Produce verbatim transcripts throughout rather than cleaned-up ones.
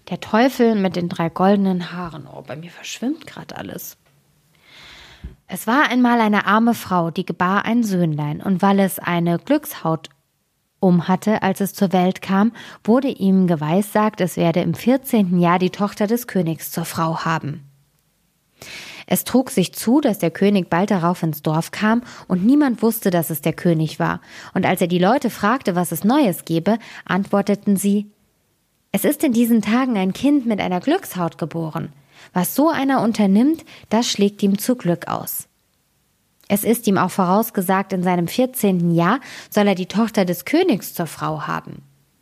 Der Teufel mit den drei goldenen Haaren. Oh, bei mir verschwimmt gerade alles. Es war einmal eine arme Frau, die gebar ein Söhnlein, und weil es eine Glückshaut um hatte, als es zur Welt kam, wurde ihm geweissagt, es werde im vierzehnten Jahr die Tochter des Königs zur Frau haben. Es trug sich zu, dass der König bald darauf ins Dorf kam und niemand wusste, dass es der König war. Und als er die Leute fragte, was es Neues gebe, antworteten sie: Es ist in diesen Tagen ein Kind mit einer Glückshaut geboren. Was so einer unternimmt, das schlägt ihm zu Glück aus. Es ist ihm auch vorausgesagt, in seinem vierzehnten Jahr soll er die Tochter des Königs zur Frau haben.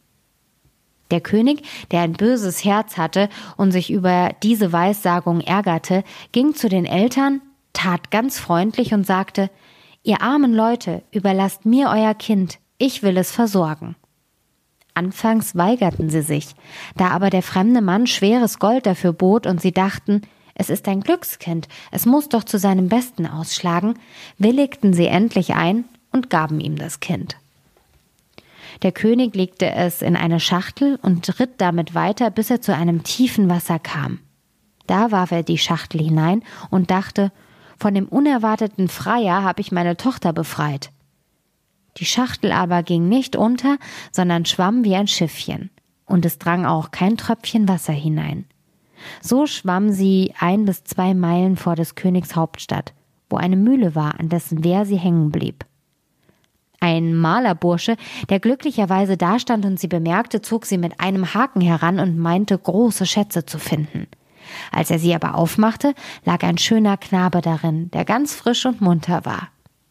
Der König, der ein böses Herz hatte und sich über diese Weissagung ärgerte, ging zu den Eltern, tat ganz freundlich und sagte: Ihr armen Leute, überlasst mir euer Kind, ich will es versorgen. Anfangs weigerten sie sich, da aber der fremde Mann schweres Gold dafür bot und sie dachten, es ist ein Glückskind, es muss doch zu seinem Besten ausschlagen, willigten sie endlich ein und gaben ihm das Kind. Der König legte es in eine Schachtel und ritt damit weiter, bis er zu einem tiefen Wasser kam. Da warf er die Schachtel hinein und dachte, von dem unerwarteten Freier habe ich meine Tochter befreit. Die Schachtel aber ging nicht unter, sondern schwamm wie ein Schiffchen, und es drang auch kein Tröpfchen Wasser hinein. So schwamm sie ein bis zwei Meilen vor des Königs Hauptstadt, wo eine Mühle war, an dessen Wehr sie hängen blieb. Ein Malerbursche, der glücklicherweise dastand und sie bemerkte, zog sie mit einem Haken heran und meinte, große Schätze zu finden. Als er sie aber aufmachte, lag ein schöner Knabe darin, der ganz frisch und munter war.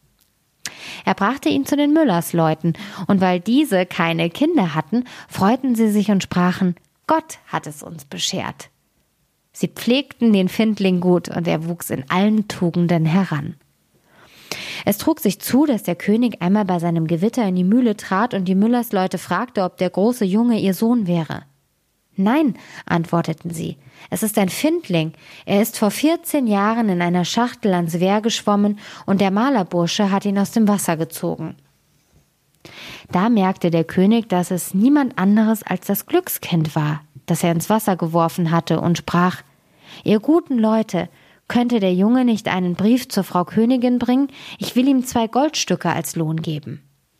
Er brachte ihn zu den Müllersleuten, und weil diese keine Kinder hatten, freuten sie sich und sprachen, Gott hat es uns beschert. Sie pflegten den Findling gut, und er wuchs in allen Tugenden heran. Es trug sich zu, dass der König einmal bei seinem Gewitter in die Mühle trat und die Müllersleute fragte, ob der große Junge ihr Sohn wäre. Nein, antworteten sie, es ist ein Findling. Er ist vor vierzehn Jahren in einer Schachtel ans Wehr geschwommen und der Malerbursche hat ihn aus dem Wasser gezogen. Da merkte der König, dass es niemand anderes als das Glückskind war, das er ins Wasser geworfen hatte, und sprach, ihr guten Leute, könnte der Junge nicht einen Brief zur Frau Königin bringen? Ich will ihm zwei Goldstücke als Lohn geben.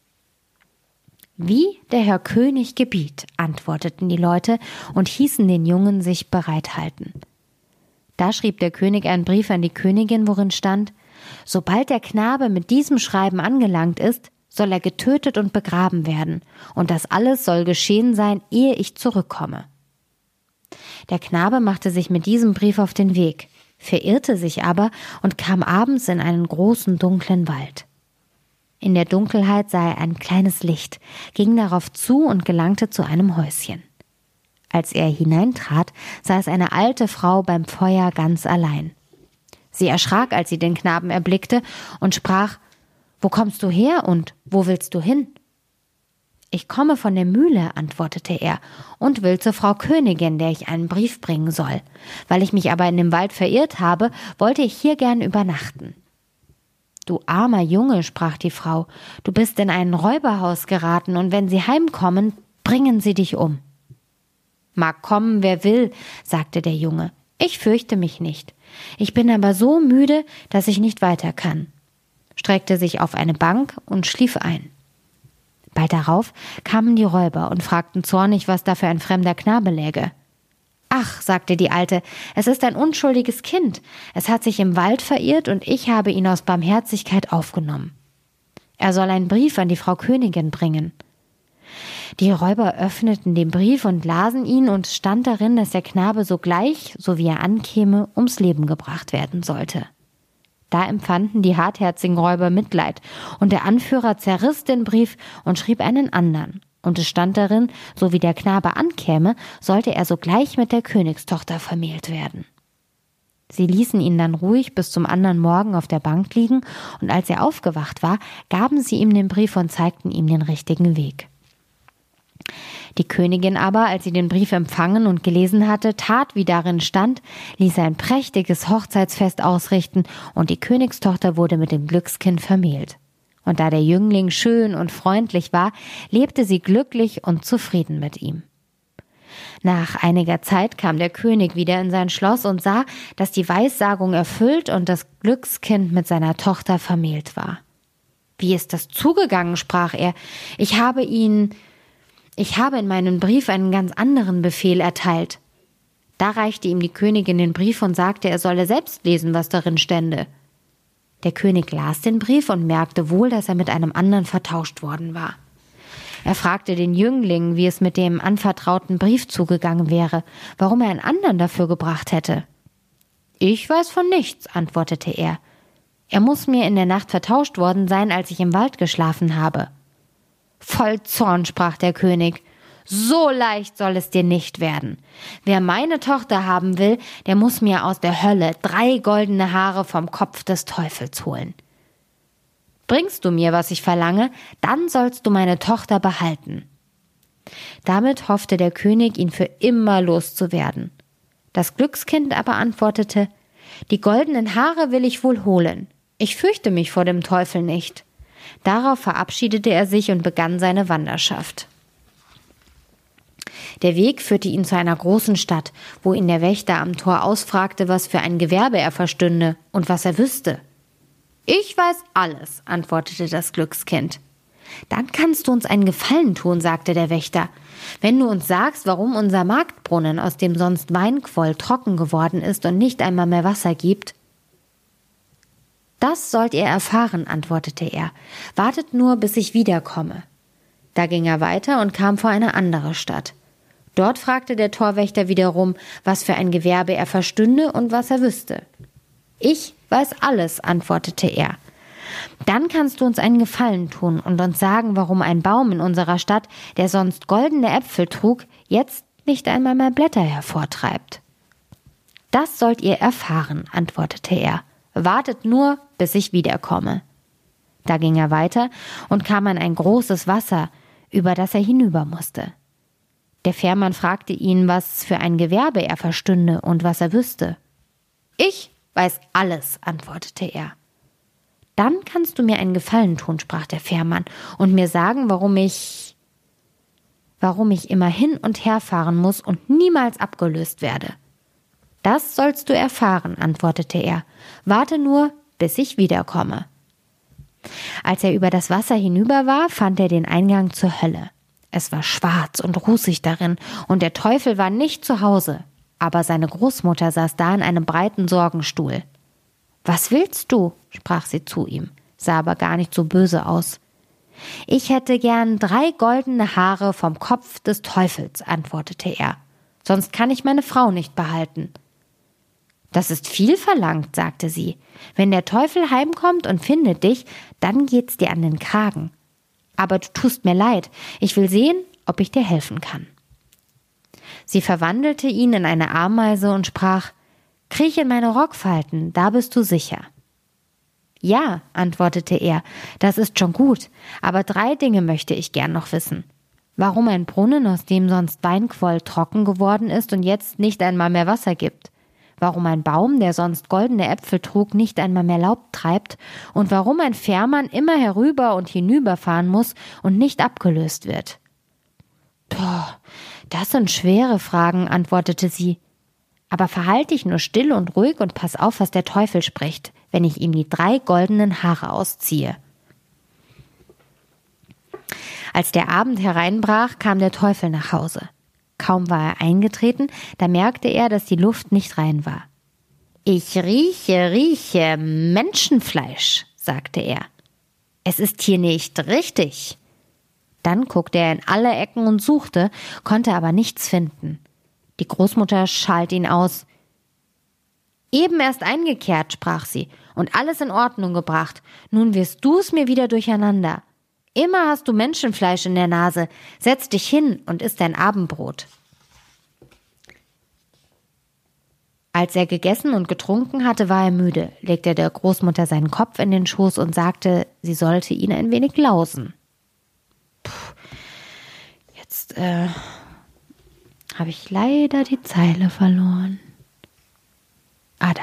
Wie der Herr König gebiet, antworteten die Leute und hießen den Jungen sich bereithalten. Da schrieb der König einen Brief an die Königin, worin stand, sobald der Knabe mit diesem Schreiben angelangt ist, soll er getötet und begraben werden, und das alles soll geschehen sein, ehe ich zurückkomme. Der Knabe machte sich mit diesem Brief auf den Weg, verirrte sich aber und kam abends in einen großen, dunklen Wald. In der Dunkelheit sah er ein kleines Licht, ging darauf zu und gelangte zu einem Häuschen. Als er hineintrat, saß eine alte Frau beim Feuer ganz allein. Sie erschrak, als sie den Knaben erblickte und sprach, »Wo kommst du her und wo willst du hin?« »Ich komme von der Mühle«, antwortete er, »und will zur Frau Königin, der ich einen Brief bringen soll. Weil ich mich aber in dem Wald verirrt habe, wollte ich hier gern übernachten.« »Du armer Junge«, sprach die Frau, »du bist in ein Räuberhaus geraten, und wenn sie heimkommen, bringen sie dich um.« »Mag kommen, wer will«, sagte der Junge, »ich fürchte mich nicht. Ich bin aber so müde, dass ich nicht weiter kann«, streckte sich auf eine Bank und schlief ein. Bald darauf kamen die Räuber und fragten zornig, was da für ein fremder Knabe läge. »Ach«, sagte die Alte, »es ist ein unschuldiges Kind. Es hat sich im Wald verirrt und ich habe ihn aus Barmherzigkeit aufgenommen. Er soll einen Brief an die Frau Königin bringen.« Die Räuber öffneten den Brief und lasen ihn, und es stand darin, dass der Knabe sogleich, so wie er ankäme, ums Leben gebracht werden sollte. Da empfanden die hartherzigen Räuber Mitleid, und der Anführer zerriss den Brief und schrieb einen anderen. Und es stand darin, so wie der Knabe ankäme, sollte er sogleich mit der Königstochter vermählt werden. Sie ließen ihn dann ruhig bis zum anderen Morgen auf der Bank liegen, und als er aufgewacht war, gaben sie ihm den Brief und zeigten ihm den richtigen Weg. Die Königin aber, als sie den Brief empfangen und gelesen hatte, tat, wie darin stand, ließ ein prächtiges Hochzeitsfest ausrichten, und die Königstochter wurde mit dem Glückskind vermählt. Und da der Jüngling schön und freundlich war, lebte sie glücklich und zufrieden mit ihm. Nach einiger Zeit kam der König wieder in sein Schloss und sah, dass die Weissagung erfüllt und das Glückskind mit seiner Tochter vermählt war. »Wie ist das zugegangen?«, sprach er. »Ich habe ihn, ich habe in meinem Brief einen ganz anderen Befehl erteilt.« Da reichte ihm die Königin den Brief und sagte, er solle selbst lesen, was darin stände. Der König las den Brief und merkte wohl, dass er mit einem anderen vertauscht worden war. Er fragte den Jüngling, wie es mit dem anvertrauten Brief zugegangen wäre, warum er einen anderen dafür gebracht hätte. »Ich weiß von nichts«, antwortete er. »Er muss mir in der Nacht vertauscht worden sein, als ich im Wald geschlafen habe.« Voll Zorn sprach der König: »So leicht soll es dir nicht werden. Wer meine Tochter haben will, der muss mir aus der Hölle drei goldene Haare vom Kopf des Teufels holen. Bringst du mir, was ich verlange, dann sollst du meine Tochter behalten.« Damit hoffte der König, ihn für immer loszuwerden. Das Glückskind aber antwortete: »Die goldenen Haare will ich wohl holen. Ich fürchte mich vor dem Teufel nicht.« Darauf verabschiedete er sich und begann seine Wanderschaft. Der Weg führte ihn zu einer großen Stadt, wo ihn der Wächter am Tor ausfragte, was für ein Gewerbe er verstünde und was er wüsste. »Ich weiß alles«, antwortete das Glückskind. »Dann kannst du uns einen Gefallen tun«, sagte der Wächter, »wenn du uns sagst, warum unser Marktbrunnen, aus dem sonst Wein quoll, trocken geworden ist und nicht einmal mehr Wasser gibt.« »Das sollt ihr erfahren«, antwortete er. »Wartet nur, bis ich wiederkomme.« Da ging er weiter und kam vor eine andere Stadt. Dort fragte der Torwächter wiederum, was für ein Gewerbe er verstünde und was er wüsste. »Ich weiß alles«, antwortete er. »Dann kannst du uns einen Gefallen tun und uns sagen, warum ein Baum in unserer Stadt, der sonst goldene Äpfel trug, jetzt nicht einmal mehr Blätter hervortreibt.« »Das sollt ihr erfahren«, antwortete er. »Wartet nur, bis ich wiederkomme.« Da ging er weiter und kam an ein großes Wasser, über das er hinüber musste. Der Fährmann fragte ihn, was für ein Gewerbe er verstünde und was er wüsste. »Ich weiß alles«, antwortete er. »Dann kannst du mir einen Gefallen tun«, sprach der Fährmann, »und mir sagen, warum ich, warum ich immer hin und her fahren muss und niemals abgelöst werde.« »Das sollst du erfahren«, antwortete er. »Warte nur, bis ich wiederkomme.« Als er über das Wasser hinüber war, fand er den Eingang zur Hölle. Es war schwarz und rußig darin, und der Teufel war nicht zu Hause, aber seine Großmutter saß da in einem breiten Sorgenstuhl. »Was willst du?«, sprach sie zu ihm, sah aber gar nicht so böse aus. »Ich hätte gern drei goldene Haare vom Kopf des Teufels«, antwortete er, »sonst kann ich meine Frau nicht behalten.« »Das ist viel verlangt«, sagte sie. »Wenn der Teufel heimkommt und findet dich, dann geht's dir an den Kragen. Aber du tust mir leid, ich will sehen, ob ich dir helfen kann.« Sie verwandelte ihn in eine Ameise und sprach: »Kriech in meine Rockfalten, da bist du sicher.« »Ja«, antwortete er, »das ist schon gut, aber drei Dinge möchte ich gern noch wissen. Warum ein Brunnen, aus dem sonst Wein quoll, trocken geworden ist und jetzt nicht einmal mehr Wasser gibt. Warum ein Baum, der sonst goldene Äpfel trug, nicht einmal mehr Laub treibt und warum ein Fährmann immer herüber und hinüberfahren muss und nicht abgelöst wird.« »Boah, das sind schwere Fragen«, antwortete sie. »Aber verhalt dich nur still und ruhig und pass auf, was der Teufel spricht, wenn ich ihm die drei goldenen Haare ausziehe.« Als der Abend hereinbrach, kam der Teufel nach Hause. Kaum war er eingetreten, da merkte er, dass die Luft nicht rein war. »Ich rieche, rieche Menschenfleisch«, sagte er. »Es ist hier nicht richtig.« Dann guckte er in alle Ecken und suchte, konnte aber nichts finden. Die Großmutter schalt ihn aus. »Eben erst eingekehrt«, sprach sie, »und alles in Ordnung gebracht. Nun wirst du es mir wieder durcheinander. Immer hast du Menschenfleisch in der Nase. Setz dich hin und iss dein Abendbrot.« Als er gegessen und getrunken hatte, war er müde, legte der Großmutter seinen Kopf in den Schoß und sagte, sie sollte ihn ein wenig lausen. Puh, jetzt äh, habe ich leider die Zeile verloren. Ah, da.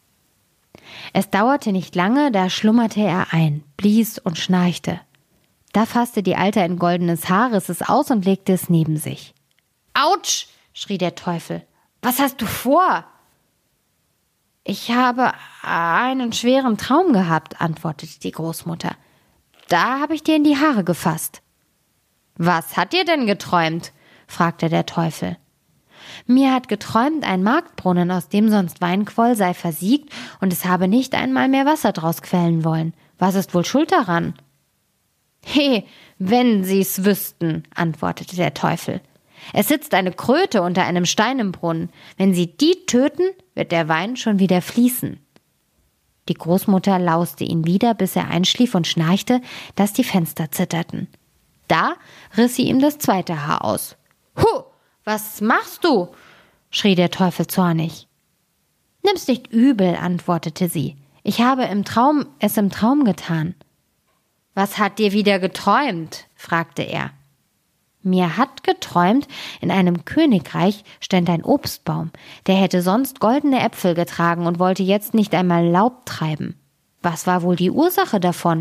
Es dauerte nicht lange, da schlummerte er ein, blies und schnarchte. Da fasste die Alte ein goldenes Haar, riss es aus und legte es neben sich. »Autsch«, schrie der Teufel. »Was hast du vor?« »Ich habe einen schweren Traum gehabt«, antwortete die Großmutter. »Da habe ich dir in die Haare gefasst.« »Was hat dir denn geträumt?« fragte der Teufel. »Mir hat geträumt, ein Marktbrunnen, aus dem sonst Wein quoll, sei versiegt, und es habe nicht einmal mehr Wasser draus quellen wollen. Was ist wohl schuld daran?« »He, wenn Sie's wüssten«, antwortete der Teufel. »Es sitzt eine Kröte unter einem Stein im Brunnen. Wenn Sie die töten, wird der Wein schon wieder fließen.« Die Großmutter lauste ihn wieder, bis er einschlief und schnarchte, dass die Fenster zitterten. Da riss sie ihm das zweite Haar aus. »Hu, was machst du?« schrie der Teufel zornig. »Nimm's nicht übel«, antwortete sie. »Ich habe im Traum es im Traum getan.« »Was hat dir wieder geträumt?« fragte er. »Mir hat geträumt, in einem Königreich stand ein Obstbaum, der hätte sonst goldene Äpfel getragen und wollte jetzt nicht einmal Laub treiben. Was war wohl die Ursache davon?«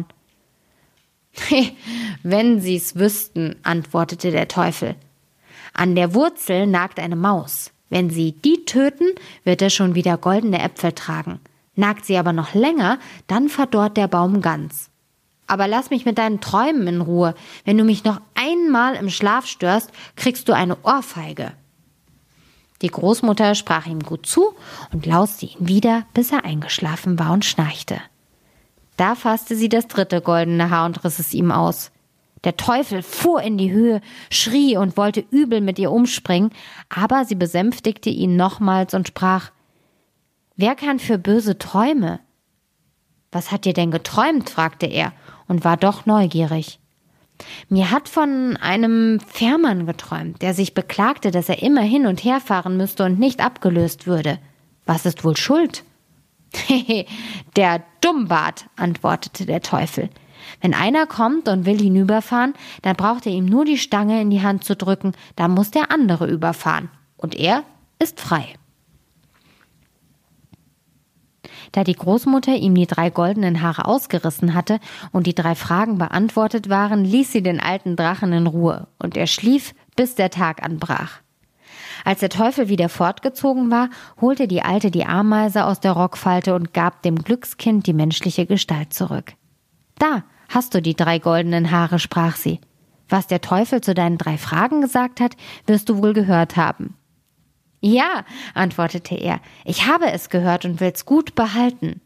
»He, wenn Sie's wüssten«, antwortete der Teufel. »An der Wurzel nagt eine Maus. Wenn Sie die töten, wird er schon wieder goldene Äpfel tragen. Nagt sie aber noch länger, dann verdorrt der Baum ganz. Aber lass mich mit deinen Träumen in Ruhe. Wenn du mich noch einmal im Schlaf störst, kriegst du eine Ohrfeige.« Die Großmutter sprach ihm gut zu und lauste ihn wieder, bis er eingeschlafen war und schnarchte. Da fasste sie das dritte goldene Haar und riss es ihm aus. Der Teufel fuhr in die Höhe, schrie und wollte übel mit ihr umspringen, aber sie besänftigte ihn nochmals und sprach: »Wer kann für böse Träume?« »Was hat dir denn geträumt?« fragte er und war doch neugierig. »Mir hat von einem Fährmann geträumt, der sich beklagte, dass er immer hin und her fahren müsste und nicht abgelöst würde. Was ist wohl schuld?« »Hehe, der Dummbart«, antwortete der Teufel. »Wenn einer kommt und will hinüberfahren, dann braucht er ihm nur die Stange in die Hand zu drücken, dann muss der andere überfahren. Und er ist frei.« Da die Großmutter ihm die drei goldenen Haare ausgerissen hatte und die drei Fragen beantwortet waren, ließ sie den alten Drachen in Ruhe, und er schlief, bis der Tag anbrach. Als der Teufel wieder fortgezogen war, holte die Alte die Ameise aus der Rockfalte und gab dem Glückskind die menschliche Gestalt zurück. »Da hast du die drei goldenen Haare«, sprach sie. »Was der Teufel zu deinen drei Fragen gesagt hat, wirst du wohl gehört haben.« »Ja«, antwortete er, »ich habe es gehört und will's gut behalten.«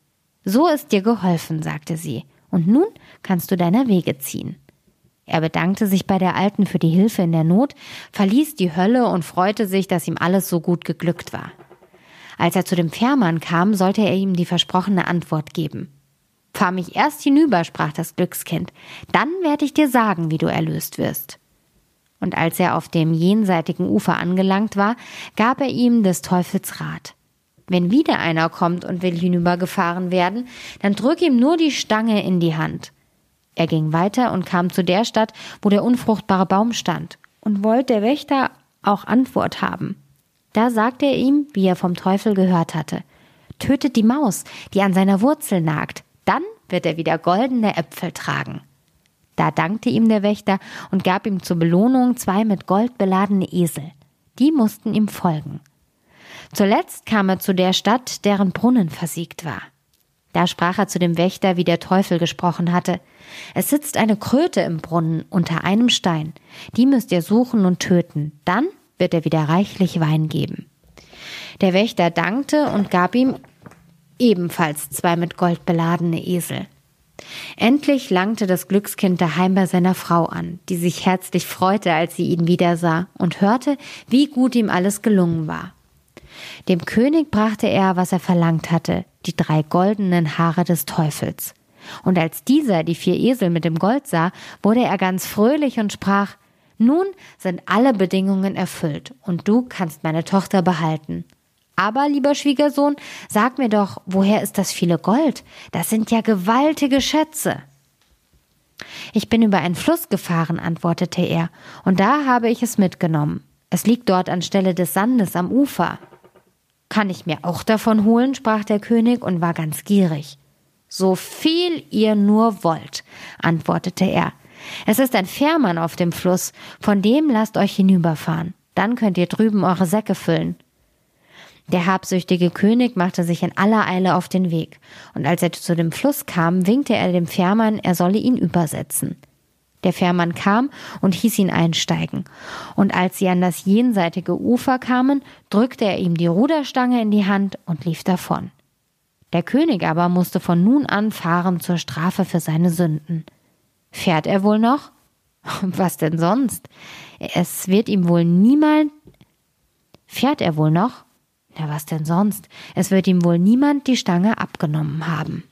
»So ist dir geholfen«, sagte sie, »und nun kannst du deiner Wege ziehen.« Er bedankte sich bei der Alten für die Hilfe in der Not, verließ die Hölle und freute sich, dass ihm alles so gut geglückt war. Als er zu dem Fährmann kam, sollte er ihm die versprochene Antwort geben. »Fahr mich erst hinüber«, sprach das Glückskind, »dann werde ich dir sagen, wie du erlöst wirst.« Und als er auf dem jenseitigen Ufer angelangt war, gab er ihm des Teufels Rat. »Wenn wieder einer kommt und will hinübergefahren werden, dann drück ihm nur die Stange in die Hand.« Er ging weiter und kam zu der Stadt, wo der unfruchtbare Baum stand, und wollte der Wächter auch Antwort haben. Da sagte er ihm, wie er vom Teufel gehört hatte: »Tötet die Maus, die an seiner Wurzel nagt, dann wird er wieder goldene Äpfel tragen.« Da dankte ihm der Wächter und gab ihm zur Belohnung zwei mit Gold beladene Esel. Die mussten ihm folgen. Zuletzt kam er zu der Stadt, deren Brunnen versiegt war. Da sprach er zu dem Wächter, wie der Teufel gesprochen hatte: »Es sitzt eine Kröte im Brunnen unter einem Stein. Die müsst ihr suchen und töten. Dann wird er wieder reichlich Wein geben.« Der Wächter dankte und gab ihm ebenfalls zwei mit Gold beladene Esel. Endlich langte das Glückskind daheim bei seiner Frau an, die sich herzlich freute, als sie ihn wiedersah, und hörte, wie gut ihm alles gelungen war. Dem König brachte er, was er verlangt hatte, die drei goldenen Haare des Teufels. Und als dieser die vier Esel mit dem Gold sah, wurde er ganz fröhlich und sprach: »Nun sind alle Bedingungen erfüllt, und du kannst meine Tochter behalten. Aber, lieber Schwiegersohn, sag mir doch, woher ist das viele Gold? Das sind ja gewaltige Schätze.« »Ich bin über einen Fluss gefahren«, antwortete er, »und da habe ich es mitgenommen. Es liegt dort anstelle des Sandes am Ufer.« »Kann ich mir auch davon holen?«, sprach der König und war ganz gierig. »So viel ihr nur wollt«, antwortete er, Es ist ein Fährmann auf dem Fluss, von dem lasst euch hinüberfahren. Dann könnt ihr drüben eure Säcke füllen. Der habsüchtige König machte sich in aller Eile auf den Weg, und als er zu dem Fluss kam, winkte er dem Fährmann, er solle ihn übersetzen. Der Fährmann kam und hieß ihn einsteigen, und als sie an das jenseitige Ufer kamen, drückte er ihm die Ruderstange in die Hand und lief davon. Der König aber musste von nun an fahren zur Strafe für seine Sünden. Fährt er wohl noch? Was denn sonst? Es wird ihm wohl niemand... Fährt er wohl noch? Na, was denn sonst? Es wird ihm wohl niemand die Stange abgenommen haben.